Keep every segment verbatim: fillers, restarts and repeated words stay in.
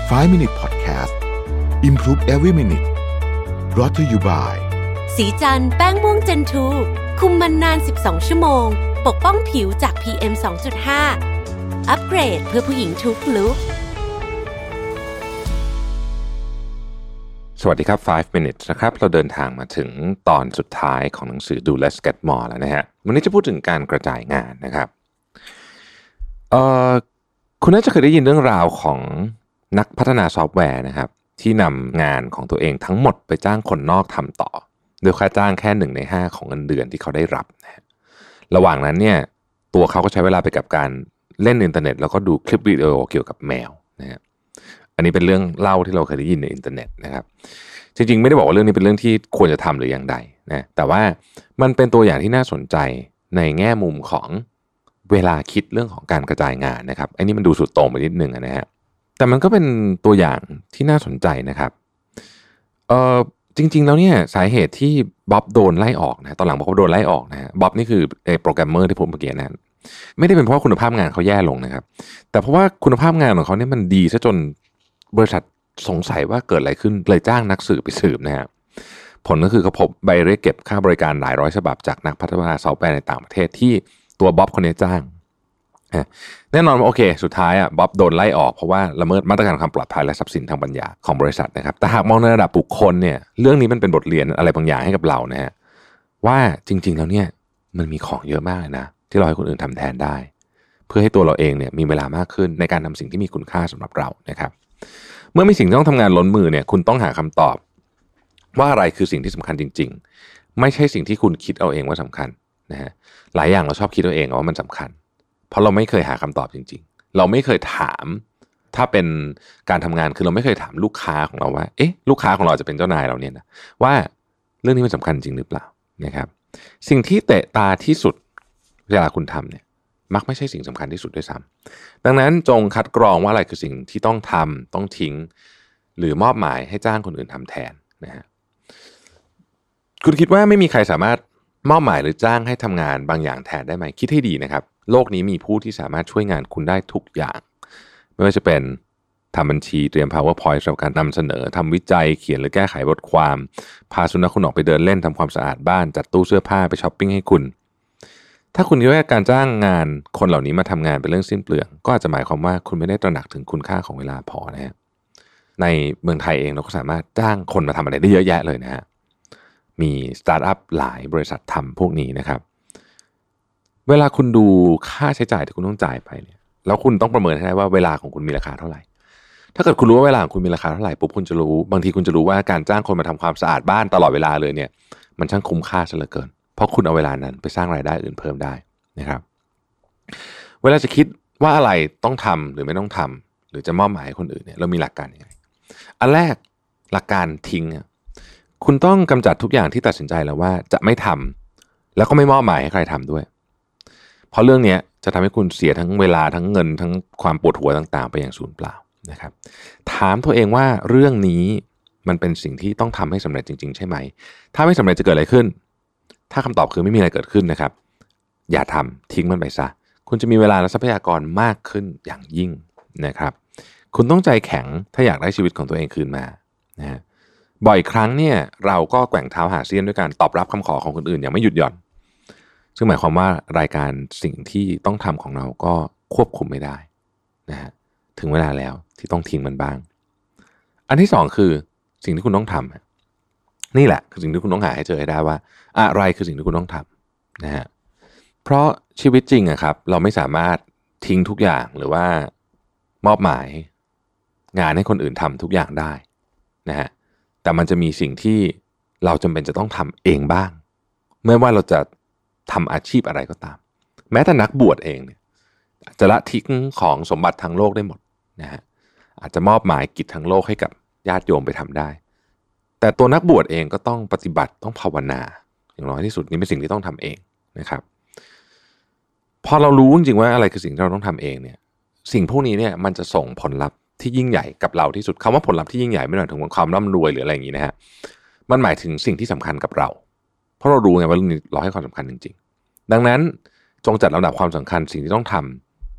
five minute podcast Improve every minute brought to you by สีจันแป้งม่วงเจนทูคุมมันนานสิบสองชั่วโมงปกป้องผิวจาก พี เอ็ม สองจุดห้า อัปเกรดเพื่อผู้หญิงทุกลุคสวัสดีครับfive minutes นะครับเราเดินทางมาถึงตอนสุดท้ายของหนังสือ Do Less Get More แล้วนะฮะวันนี้จะพูดถึงการกระจายงานนะครับเอ่อคุณน่าจะเคยได้ยินเรื่องราวของนักพัฒนาซอฟต์แวร์นะครับที่นำงานของตัวเองทั้งหมดไปจ้างคนนอกทำต่อโดยค่าจ้างแค่หนึ่งในห้าของเงินเดือนที่เขาได้รับนะฮะระหว่างนั้นเนี่ยตัวเขาก็ใช้เวลาไปกับการเล่นอินเทอร์เน็ตแล้วก็ดูคลิปวิดีโอเกี่ยวกับแมวนะฮะอันนี้เป็นเรื่องเล่าที่เราเคยได้ยินในอินเทอร์เน็ตนะครับจริงๆไม่ได้บอกว่าเรื่องนี้เป็นเรื่องที่ควรจะทำหรืออย่างใดนะแต่ว่ามันเป็นตัวอย่างที่น่าสนใจในแง่มุมของเวลาคิดเรื่องของการกระจายงานนะครับไอ้นี่มันดูสุดโต่งไปนิดนึงนะฮะแต่มันก็เป็นตัวอย่างที่น่าสนใจนะครับเอ่อจริงๆแล้วเนี่ยสาเหตุที่บ๊อบโดนไล่ออกนะตอนหลังบ๊อบโดนไล่ออกนะฮะบ๊อบนี่คือไอ้โปรแกรมเมอร์ที่ผมเมื่อกี้นั้นไม่ได้เป็นเพราะคุณภาพงานเขาแย่ลงนะครับแต่เพราะว่าคุณภาพงานของเขาเนี่ยมันดีซะจนบริษัทสงสัยว่าเกิดอะไรขึ้นเลยจ้างนักสืบไปสืบนะฮะผลก็คือเขาพบใบเรียกเก็บค่าบริการหลายร้อยฉบับจากนักพัฒนาซอฟต์แวร์ในต่างประเทศที่ตัวบ๊อบคนนี้จ้างแน่นอนว่าโอเคสุดท้ายอ่ะบ๊อบโดนไล่ออกเพราะว่าละเมิดมาตรการความปลอดภัยและทรัพย์สินทางปัญญาของบริษัทนะครับแต่หากมองในระดับบุคคลเนี่ยเรื่องนี้มันเป็นบทเรียนอะไรบางอย่างให้กับเรานะฮะว่าจริงๆแล้วเนี่ยมันมีของเยอะมากนะที่เราให้คนอื่นทำแทนได้เพื่อให้ตัวเราเองเนี่ยมีเวลามากขึ้นในการทำสิ่งที่มีคุณค่าสำหรับเรานะครับเมื่อมีสิ่งที่ต้องทำงานล้นมือเนี่ยคุณต้องหาคำตอบว่าอะไรคือสิ่งที่สำคัญจริงๆไม่ใช่สิ่งที่คุณคิดเอาเองว่าสำคัญนะฮะหลายอย่างเราชอบคิดเอาเองว่ามันสำคัญเพราะเราไม่เคยหาคำตอบจริงๆเราไม่เคยถามถ้าเป็นการทำงานคือเราไม่เคยถามลูกค้าของเราว่าเอ๊ะลูกค้าของเราจะเป็นเจ้านายเราเนี่ยนะว่าเรื่องนี้มันสำคัญจริงหรือเปล่านะครับสิ่งที่เตะตาที่สุดเวลาคุณทำเนี่ยมักไม่ใช่สิ่งสำคัญที่สุดด้วยซ้ำดังนั้นจงคัดกรองว่าอะไรคือสิ่งที่ต้องทำต้องทิ้งหรือมอบหมายให้จ้างคนอื่นทำแทนนะฮะคุณคิดว่าไม่มีใครสามารถมอบหมายหรือจ้างให้ทำงานบางอย่างแทนได้ไหมคิดให้ดีนะครับโลกนี้มีผู้ที่สามารถช่วยงานคุณได้ทุกอย่างไม่ว่าจะเป็นทำบัญชีเตรียม PowerPoint สำหรับการนำเสนอทำวิจัยเขียนหรือแก้ไขบทความพาสุนัขคุณออกไปเดินเล่นทำความสะอาดบ้านจัดตู้เสื้อผ้าไปช้อปปิ้งให้คุณถ้าคุณคิดว่าการจ้างงานคนเหล่านี้มาทำงานเป็นเรื่องสิ้นเปลืองก็อาจจะหมายความว่าคุณไม่ได้ตระหนักถึงคุณค่าของเวลาพอนะฮะในเมืองไทยเองเราก็สามารถจ้างคนมาทำอะไรได้เยอะแยะเลยนะฮะมีสตาร์ทอัพหลายบริษัททำพวกนี้นะครับเวลาคุณดูค่าใช้จ่ายที่คุณต้องจ่ายไปเนี่ยแล้วคุณต้องประเมินให้ได้ว่าเวลาของคุณมีราคาเท่าไหร่ถ้าเกิดคุณรู้ว่าเวลาของคุณมีราคาเท่าไหร่ปุ๊บคุณจะรู้บางทีคุณจะรู้ว่าการจ้างคนมาทำความสะอาดบ้านตลอดเวลาเลยเนี่ยมันช่างคุ้มค่าซะเหลือเกินเพราะคุณเอาเวลานั้นไปสร้างรายได้อื่นเพิ่มได้นะครับเวลาจะคิดว่าอะไรต้องทำหรือไม่ต้องทำหรือจะมอบหมายให้คนอื่นเนี่ยเรามีหลักการยังไงอันแรกหลักการทิ้งคุณต้องกำจัดทุกอย่างที่ตัดสินใจแล้วว่าจะไม่ทำแล้วก็ไม่มอบหมายให้ใครทำด้วยเพราะเรื่องนี้จะทำให้คุณเสียทั้งเวลาทั้งเงินทั้งความปวดหัวต่างๆไปอย่างสูญเปล่านะครับถามตัวเองว่าเรื่องนี้มันเป็นสิ่งที่ต้องทำให้สำเร็จจริงๆใช่ไหมถ้าไม่สำเร็จจะเกิดอะไรขึ้นถ้าคำตอบคือไม่มีอะไรเกิดขึ้นนะครับอย่าทำทิ้งมันไปซะคุณจะมีเวลาและทรัพยากรมากขึ้นอย่างยิ่งนะครับคุณต้องใจแข็งถ้าอยากได้ชีวิตของตัวเองคืนมานะฮะบ่อยครั้งเนี่ยเราก็แกว่งเท้าหาเสี้ยนด้วยการตอบรับคำขอของคนอื่นอย่างไม่หยุดหย่อนซึ่งหมายความว่ารายการสิ่งที่ต้องทำของเราก็ควบคุมไม่ได้นะฮะถึงเวลาแล้วที่ต้องทิ้งมันบ้างอันที่สองคือสิ่งที่คุณต้องทำนี่แหละคือสิ่งที่คุณต้องหาให้เจอให้ได้ว่าอะไรคือสิ่งที่คุณต้องทำนะฮะเพราะชีวิตจริงอะครับเราไม่สามารถทิ้งทุกอย่างหรือว่ามอบหมายงานให้คนอื่นทำทุกอย่างได้นะฮะแต่มันจะมีสิ่งที่เราจำเป็นจะต้องทำเองบ้างไม่ว่าเราจะทำอาชีพอะไรก็ตามแม้แต่นักบวชเองเนี่ยจะละทิ้งของสมบัติทางโลกได้หมดนะฮะอาจจะมอบหมายกิจทางโลกให้กับญาติโยมไปทำได้แต่ตัวนักบวชเองก็ต้องปฏิบัติต้องภาวนาอย่างน้อยที่สุดนี่เป็นสิ่งที่ต้องทำเองนะครับพอเรารู้จริงๆว่าอะไรคือสิ่งที่เราต้องทำเองเนี่ยสิ่งพวกนี้เนี่ยมันจะส่งผลลัพธ์ที่ยิ่งใหญ่กับเราที่สุดคำว่าผลลัพธ์ที่ยิ่งใหญ่ไม่ได้หมายถึงความร่ำรวยหรืออะไรอย่างนี้นะฮะมันหมายถึงสิ่งที่สำคัญกับเราเพราะเรารู้ไงว่าเรื่องนี้เราให้ความสำคัญจริงๆดังนั้นจงจัดลำดับความสำคัญสิ่งที่ต้องท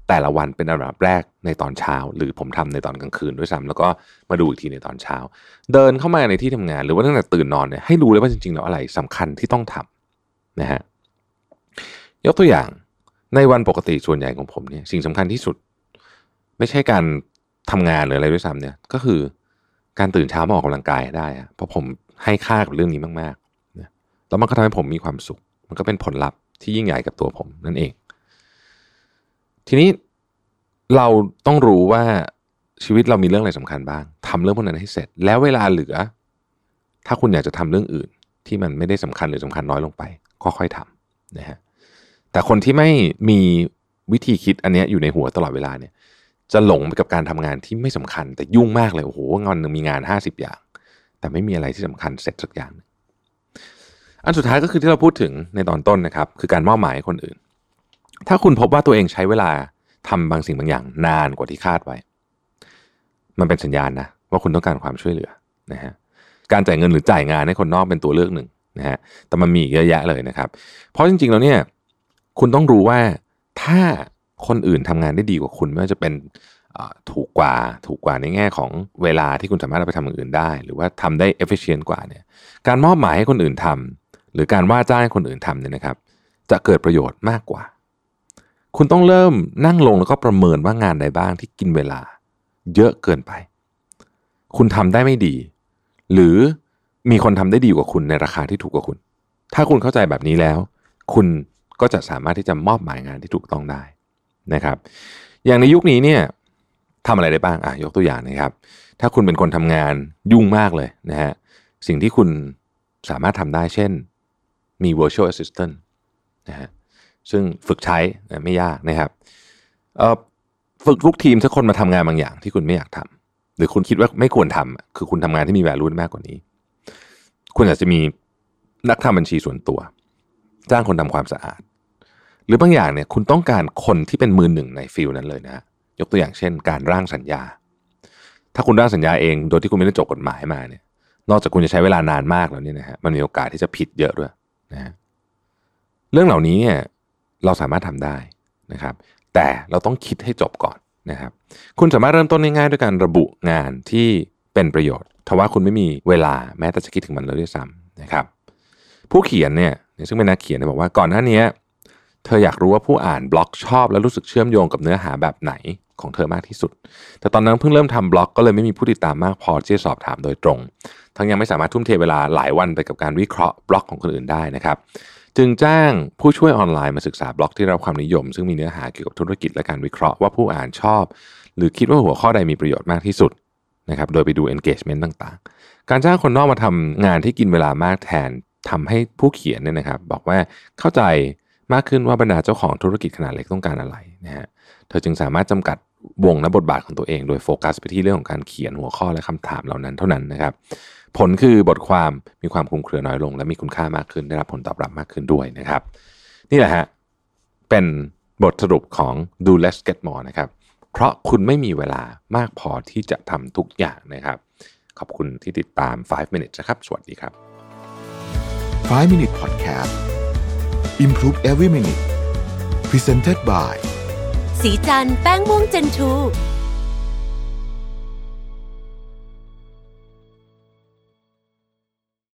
แต่ละวันเป็นอันดับแรกในตอนเช้าหรือผมทำในตอนกลางคืนด้วยซ้ำแล้วก็มาดูอีกทีในตอนเช้าเดินเข้ามาในที่ทำงานหรือว่าตั้งแต่ตื่นนอนเนี่ยให้รู้เลยว่าจริงๆแล้วอะไรสำคัญที่ต้องทำนะฮะยกตัวอย่างในวันปกติส่วนใหญ่ของผมเนี่ยสิ่งสำคัญที่สุดไม่ใช่การทำงานหรืออะไรด้วยซ้ำเนี่ยก็คือการตื่นเช้ามาออกกำลังกายได้เพราะผมให้ค่ากับเรื่องนี้มากๆนะแล้วมันก็ทำให้ผมมีความสุขมันก็เป็นผลลัพธ์ที่ยิ่งใหญ่กับตัวผมนั่นเองทีนี้เราต้องรู้ว่าชีวิตเรามีเรื่องอะไรสำคัญบ้างทำเรื่องพวกนั้นให้เสร็จแล้วเวลาเหลือถ้าคุณอยากจะทำเรื่องอื่นที่มันไม่ได้สำคัญหรือสำคัญน้อยลงไปก็ค่อยทำนะฮะแต่คนที่ไม่มีวิธีคิดอันนี้อยู่ในหัวตลอดเวลาเนี่ยจะหลงไปกับการทำงานที่ไม่สำคัญแต่ยุ่งมากเลยโอ้โหงานหนึ่งมีงานห้าสิบอย่างแต่ไม่มีอะไรที่สำคัญเสร็จสักอย่างอันสุดท้ายก็คือที่เราพูดถึงในตอนต้นนะครับคือการมอบหมายให้คนอื่นถ้าคุณพบว่าตัวเองใช้เวลาทำบางสิ่งบางอย่างนานกว่าที่คาดไว้มันเป็นสัญญาณนะว่าคุณต้องการความช่วยเหลือนะฮะการจ่ายเงินหรือจ่ายงานให้คนนอกเป็นตัวเลือกหนึ่งนะฮะแต่มันมีเยอะแยะเลยนะครับเพราะจริงๆแล้วเนี่ยคุณต้องรู้ว่าถ้าคนอื่นทำงานได้ดีกว่าคุณไม่ว่าจะเป็นถูกกว่าถูกกว่าในแง่ของเวลาที่คุณสามารถเอาไปทำอย่างอื่นได้หรือว่าทำได้ efficient กว่าเนี่ยการมอบหมายให้คนอื่นทำหรือการว่าจ้างให้คนอื่นทำเนี่ยนะครับจะเกิดประโยชน์มากกว่าคุณต้องเริ่มนั่งลงแล้วก็ประเมินว่างานใดบ้างที่กินเวลาเยอะเกินไปคุณทำได้ไม่ดีหรือมีคนทำได้ดีกว่าคุณในราคาที่ถูกกว่าคุณถ้าคุณเข้าใจแบบนี้แล้วคุณก็จะสามารถที่จะมอบหมายงานที่ถูกต้องได้นะครับอย่างในยุคนี้เนี่ยทำอะไรได้บ้างอ่ะยกตัวอย่างนะครับถ้าคุณเป็นคนทำงานยุ่งมากเลยนะฮะสิ่งที่คุณสามารถทำได้เช่นมี virtual assistant นะฮะซึ่งฝึกใช้ไม่ยากนะครับเอ่อฝึกลูกทีมสักคนมาทำงานบางอย่างที่คุณไม่อยากทำหรือคุณคิดว่าไม่ควรทำคือคุณทำงานที่มี value มากกว่านี้คุณอาจจะมีนักทำบัญชีส่วนตัวจ้างคนทำความสะอาดหรือบางอย่างเนี่ยคุณต้องการคนที่เป็นมือหนึ่งในฟิลนั้นเลยนะยกตัวอย่างเช่นการร่างสัญญาถ้าคุณร่างสัญญาเองโดยที่คุณไม่ได้จบกฎหมายมาเนี่ยนอกจากคุณจะใช้เวลานานมากแล้วเนี่ยนะฮะมันมีโอกาสที่จะผิดเยอะด้วยนะฮะเรื่องเหล่านี้เนี่ยเราสามารถทำได้นะครับแต่เราต้องคิดให้จบก่อนนะครับคุณสามารถเริ่มต้นง่ายๆด้วยการระบุงานที่เป็นประโยชน์ทว่าคุณไม่มีเวลาแม้แต่จะคิดถึงมันเลยด้วยซ้ำนะครับผู้เขียนเนี่ยซึ่งเป็นนักเขียนบอกว่าก่อนหน้านี้เธออยากรู้ว่าผู้อ่านบล็อกชอบและรู้สึกเชื่อมโยงกับเนื้อหาแบบไหนของเธอมากที่สุดแต่ตอนนั้นเพิ่งเริ่มทำบล็อกก็เลยไม่มีผู้ติดตามมากพอที่จะสอบถามโดยตรงทั้งยังไม่สามารถทุ่มเทเวลาหลายวันไปกับการวิเคราะห์บล็อกของคนอื่นได้นะครับจึงจ้างผู้ช่วยออนไลน์มาศึกษาบล็อกที่ได้รับความนิยมซึ่งมีเนื้อหาเกี่ยวกับธุรกิจและการวิเคราะห์ว่าผู้อ่านชอบหรือคิดว่าหัวข้อใดมีประโยชน์มากที่สุดนะครับโดยไปดู engagement ต่างๆการจ้างคนนอกมาทำงานที่กินเวลามากแทนทำให้ผู้เขียนเนี่ยนะครับบอกว่าเข้าใจมากขึ้นว่าบรรดาเจ้าของธุรกิจขนาดเล็กต้องการอะไรนะฮะเธอจึงสามารถจำกัดวงและบทบาทของตัวเองโดยโฟกัสไปที่เรื่องของการเขียนหัวข้อและคำถามเหล่านั้นเท่านั้นนะครับผลคือบทความมีความคลุมเครือน้อยลงและมีคุณค่ามากขึ้นได้รับผลตอบรับมากขึ้นด้วยนะครับนี่แหละฮะเป็นบทสรุปของ Do Less Get More นะครับเพราะคุณไม่มีเวลามากพอที่จะทำทุกอย่างนะครับขอบคุณที่ติดตามไฟว์ minutes นะครับสวัสดีครับไฟว์ minute podcast Improve every minute Presented by สีจันทร์แป้งม่วงเจนทู